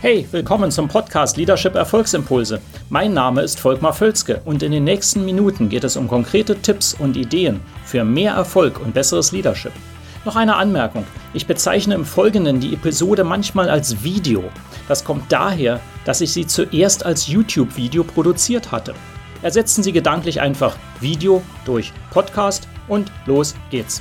Hey, willkommen zum Podcast Leadership Erfolgsimpulse. Mein Name ist Volkmar Völzke und in den nächsten Minuten geht es um konkrete Tipps und Ideen für mehr Erfolg und besseres Leadership. Noch eine Anmerkung. Ich bezeichne im Folgenden die Episode manchmal als Video. Das kommt daher, dass ich sie zuerst als YouTube-Video produziert hatte. Ersetzen Sie gedanklich einfach Video durch Podcast und los geht's.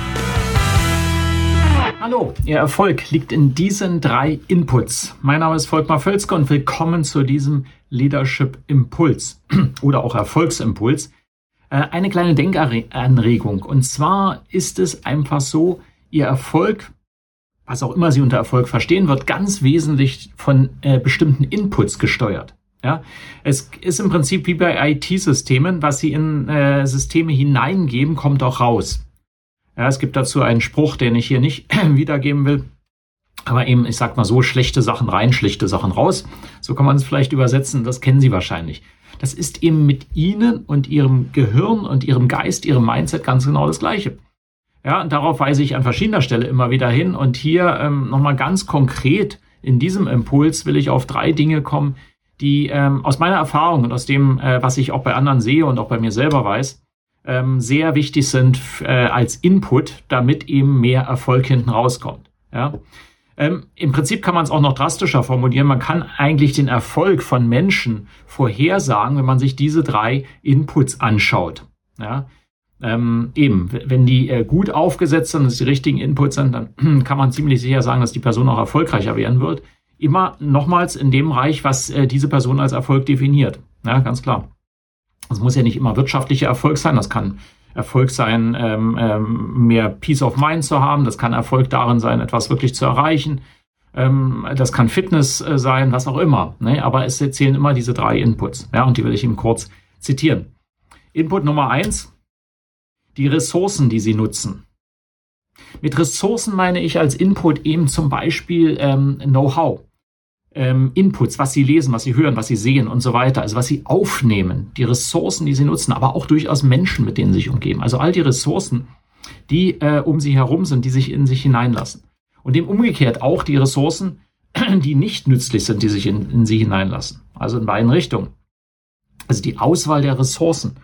Hallo, Ihr Erfolg liegt in diesen 3 Inputs. Mein Name ist Volkmar Völzke und willkommen zu diesem Leadership Impuls oder auch Erfolgsimpuls. Eine kleine Denkanregung. Und zwar ist es einfach so, Ihr Erfolg, was auch immer Sie unter Erfolg verstehen, wird ganz wesentlich von bestimmten Inputs gesteuert. Ja, es ist im Prinzip wie bei IT-Systemen, was Sie in Systeme hineingeben, kommt auch raus. Ja, es gibt dazu einen Spruch, den ich hier nicht wiedergeben will. Aber eben, ich sag mal so, schlechte Sachen rein, schlechte Sachen raus. So kann man es vielleicht übersetzen, das kennen Sie wahrscheinlich. Das ist eben mit Ihnen und Ihrem Gehirn und Ihrem Geist, Ihrem Mindset ganz genau das Gleiche. Ja, und darauf weise ich an verschiedener Stelle immer wieder hin. Und hier nochmal ganz konkret in diesem Impuls will ich auf 3 Dinge kommen, die aus meiner Erfahrung und aus dem, was ich auch bei anderen sehe und auch bei mir selber weiß, sehr wichtig sind als Input, damit eben mehr Erfolg hinten rauskommt. Ja? Im Prinzip kann man es auch noch drastischer formulieren. Man kann eigentlich den Erfolg von Menschen vorhersagen, wenn man sich diese 3 Inputs anschaut. Ja? Eben, wenn die gut aufgesetzt sind, dass die richtigen Inputs sind, dann kann man ziemlich sicher sagen, dass die Person auch erfolgreicher werden wird. Immer nochmals in dem Bereich, was diese Person als Erfolg definiert. Ja, ganz klar. Es muss ja nicht immer wirtschaftlicher Erfolg sein. Das kann Erfolg sein, mehr Peace of Mind zu haben. Das kann Erfolg darin sein, etwas wirklich zu erreichen. Das kann Fitness sein, was auch immer. Ne? Aber es zählen immer diese 3 Inputs. Ja, und die will ich Ihnen kurz zitieren. Input Nummer 1, die Ressourcen, die Sie nutzen. Mit Ressourcen meine ich als Input eben zum Beispiel Know-how. Inputs, was Sie lesen, was Sie hören, was Sie sehen und so weiter, also was Sie aufnehmen, die Ressourcen, die Sie nutzen, aber auch durchaus Menschen, mit denen Sie sich umgeben. Also all die Ressourcen, die um Sie herum sind, die sich in sich hineinlassen. Und dem umgekehrt auch die Ressourcen, die nicht nützlich sind, die sich in Sie hineinlassen. Also in beiden Richtungen. Also die Auswahl der Ressourcen,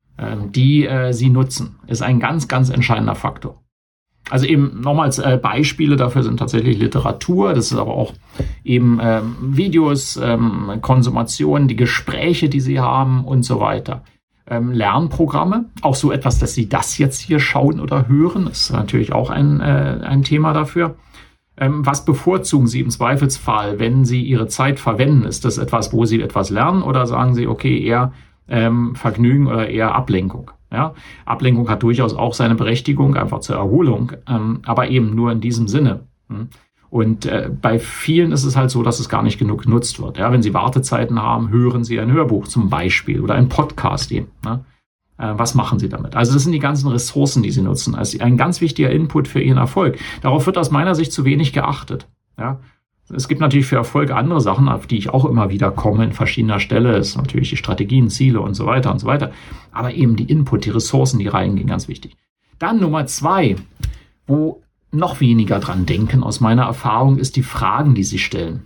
die Sie nutzen, ist ein ganz, ganz entscheidender Faktor. Also eben nochmals Beispiele dafür sind tatsächlich Literatur, das ist aber auch eben Videos, Konsumation, die Gespräche, die Sie haben und so weiter. Lernprogramme, auch so etwas, dass Sie das jetzt hier schauen oder hören, ist natürlich auch ein Thema dafür. Was bevorzugen Sie im Zweifelsfall, wenn Sie Ihre Zeit verwenden? Ist das etwas, wo Sie etwas lernen oder sagen Sie, okay, eher Vergnügen oder eher Ablenkung? Ja, Ablenkung hat durchaus auch seine Berechtigung, einfach zur Erholung, aber eben nur in diesem Sinne. Und bei vielen ist es halt so, dass es gar nicht genug genutzt wird. Ja, wenn Sie Wartezeiten haben, hören Sie ein Hörbuch zum Beispiel oder ein Podcast eben. Ne? Was machen Sie damit? Also das sind die ganzen Ressourcen, die Sie nutzen. Also ein ganz wichtiger Input für Ihren Erfolg. Darauf wird aus meiner Sicht zu wenig geachtet. Ja. Es gibt natürlich für Erfolg andere Sachen, auf die ich auch immer wieder komme in verschiedener Stelle. Das ist natürlich die Strategien, Ziele und so weiter und so weiter. Aber eben die Input, die Ressourcen, die reingehen, ganz wichtig. Dann Nummer 2, wo noch weniger dran denken aus meiner Erfahrung, ist die Fragen, die Sie stellen.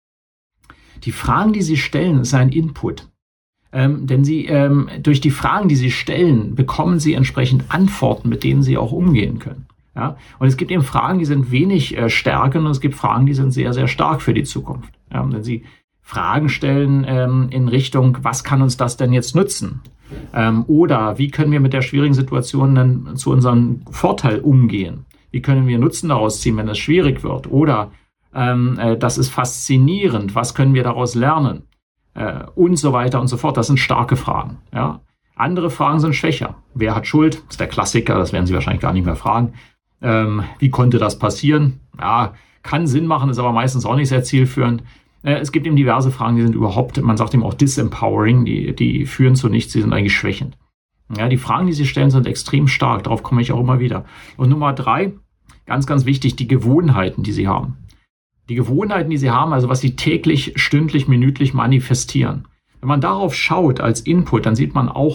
Die Fragen, die Sie stellen, ist ein Input. Denn Sie, durch die Fragen, die Sie stellen, bekommen Sie entsprechend Antworten, mit denen Sie auch umgehen können. Ja, und es gibt eben Fragen, die sind wenig stärken und es gibt Fragen, die sind sehr, sehr stark für die Zukunft. Ja, wenn Sie Fragen stellen in Richtung, was kann uns das denn jetzt nützen? Oder wie können wir mit der schwierigen Situation dann zu unserem Vorteil umgehen? Wie können wir Nutzen daraus ziehen, wenn es schwierig wird? Oder das ist faszinierend, was können wir daraus lernen? Und so weiter und so fort. Das sind starke Fragen. Ja. Andere Fragen sind schwächer. Wer hat Schuld? Das ist der Klassiker, das werden Sie wahrscheinlich gar nicht mehr fragen. Wie konnte das passieren? Ja, kann Sinn machen, ist aber meistens auch nicht sehr zielführend. Es gibt eben diverse Fragen, die sind überhaupt, man sagt eben auch disempowering, die führen zu nichts, die sind eigentlich schwächend. Ja, die Fragen, die Sie stellen, sind extrem stark, darauf komme ich auch immer wieder. Und Nummer 3, ganz, ganz wichtig, die Gewohnheiten, die Sie haben. Die Gewohnheiten, die Sie haben, also was Sie täglich, stündlich, minütlich manifestieren. Wenn man darauf schaut als Input, dann sieht man auch,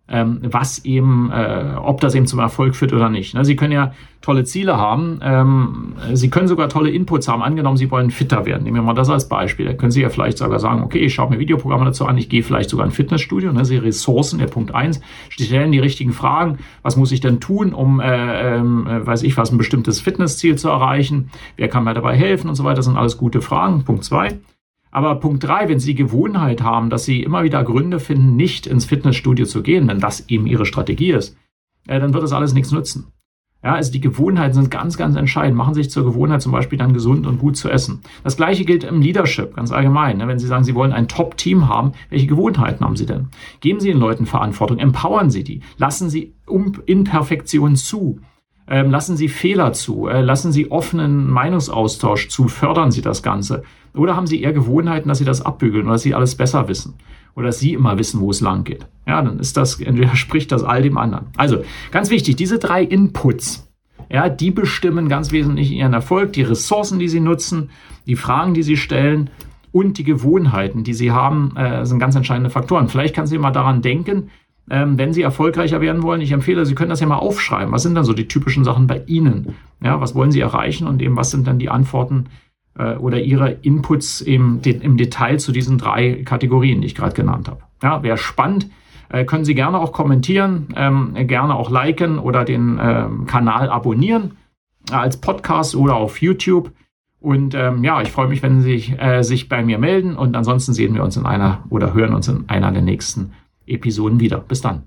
was eben, ob das eben zum Erfolg führt oder nicht. Sie können ja tolle Ziele haben. Sie können sogar tolle Inputs haben. Angenommen, Sie wollen fitter werden. Nehmen wir mal das als Beispiel. Da können Sie ja vielleicht sogar sagen, okay, ich schaue mir Videoprogramme dazu an. Ich gehe vielleicht sogar in ein Fitnessstudio. Sie ressourcen, der Punkt 1. Stellen die richtigen Fragen. Was muss ich denn tun, um, weiß ich was, ein bestimmtes Fitnessziel zu erreichen? Wer kann mir dabei helfen und so weiter? Das sind alles gute Fragen. Punkt 2. Aber Punkt 3, wenn Sie die Gewohnheit haben, dass Sie immer wieder Gründe finden, nicht ins Fitnessstudio zu gehen, wenn das eben Ihre Strategie ist, dann wird das alles nichts nützen. Ja, also die Gewohnheiten sind ganz, ganz entscheidend. Machen Sie sich zur Gewohnheit, zum Beispiel dann gesund und gut zu essen. Das Gleiche gilt im Leadership, ganz allgemein. Wenn Sie sagen, Sie wollen ein Top-Team haben, welche Gewohnheiten haben Sie denn? Geben Sie den Leuten Verantwortung, empowern Sie die, lassen Sie Imperfektionen zu. Lassen Sie Fehler zu, lassen Sie offenen Meinungsaustausch zu, fördern Sie das Ganze. Oder haben Sie eher Gewohnheiten, dass Sie das abbügeln oder dass Sie alles besser wissen oder dass Sie immer wissen, wo es lang geht. Ja, dann ist das, entspricht das all dem anderen. Also, ganz wichtig, diese 3 Inputs, ja, die bestimmen ganz wesentlich Ihren Erfolg, die Ressourcen, die Sie nutzen, die Fragen, die Sie stellen und die Gewohnheiten, die Sie haben, sind ganz entscheidende Faktoren. Vielleicht kann Sie mal daran denken, wenn Sie erfolgreicher werden wollen, ich empfehle, Sie können das ja mal aufschreiben. Was sind dann so die typischen Sachen bei Ihnen? Ja, was wollen Sie erreichen und eben was sind dann die Antworten oder Ihre Inputs im Detail zu diesen 3 Kategorien, die ich gerade genannt habe? Ja, wäre spannend. Können Sie gerne auch kommentieren, gerne auch liken oder den Kanal abonnieren als Podcast oder auf YouTube. Und ich freue mich, wenn Sie sich bei mir melden und ansonsten sehen wir uns hören uns in einer der nächsten Episoden wieder. Bis dann.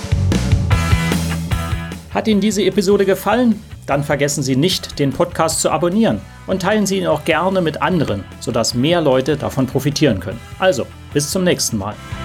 Hat Ihnen diese Episode gefallen? Dann vergessen Sie nicht, den Podcast zu abonnieren und teilen Sie ihn auch gerne mit anderen, sodass mehr Leute davon profitieren können. Also, bis zum nächsten Mal.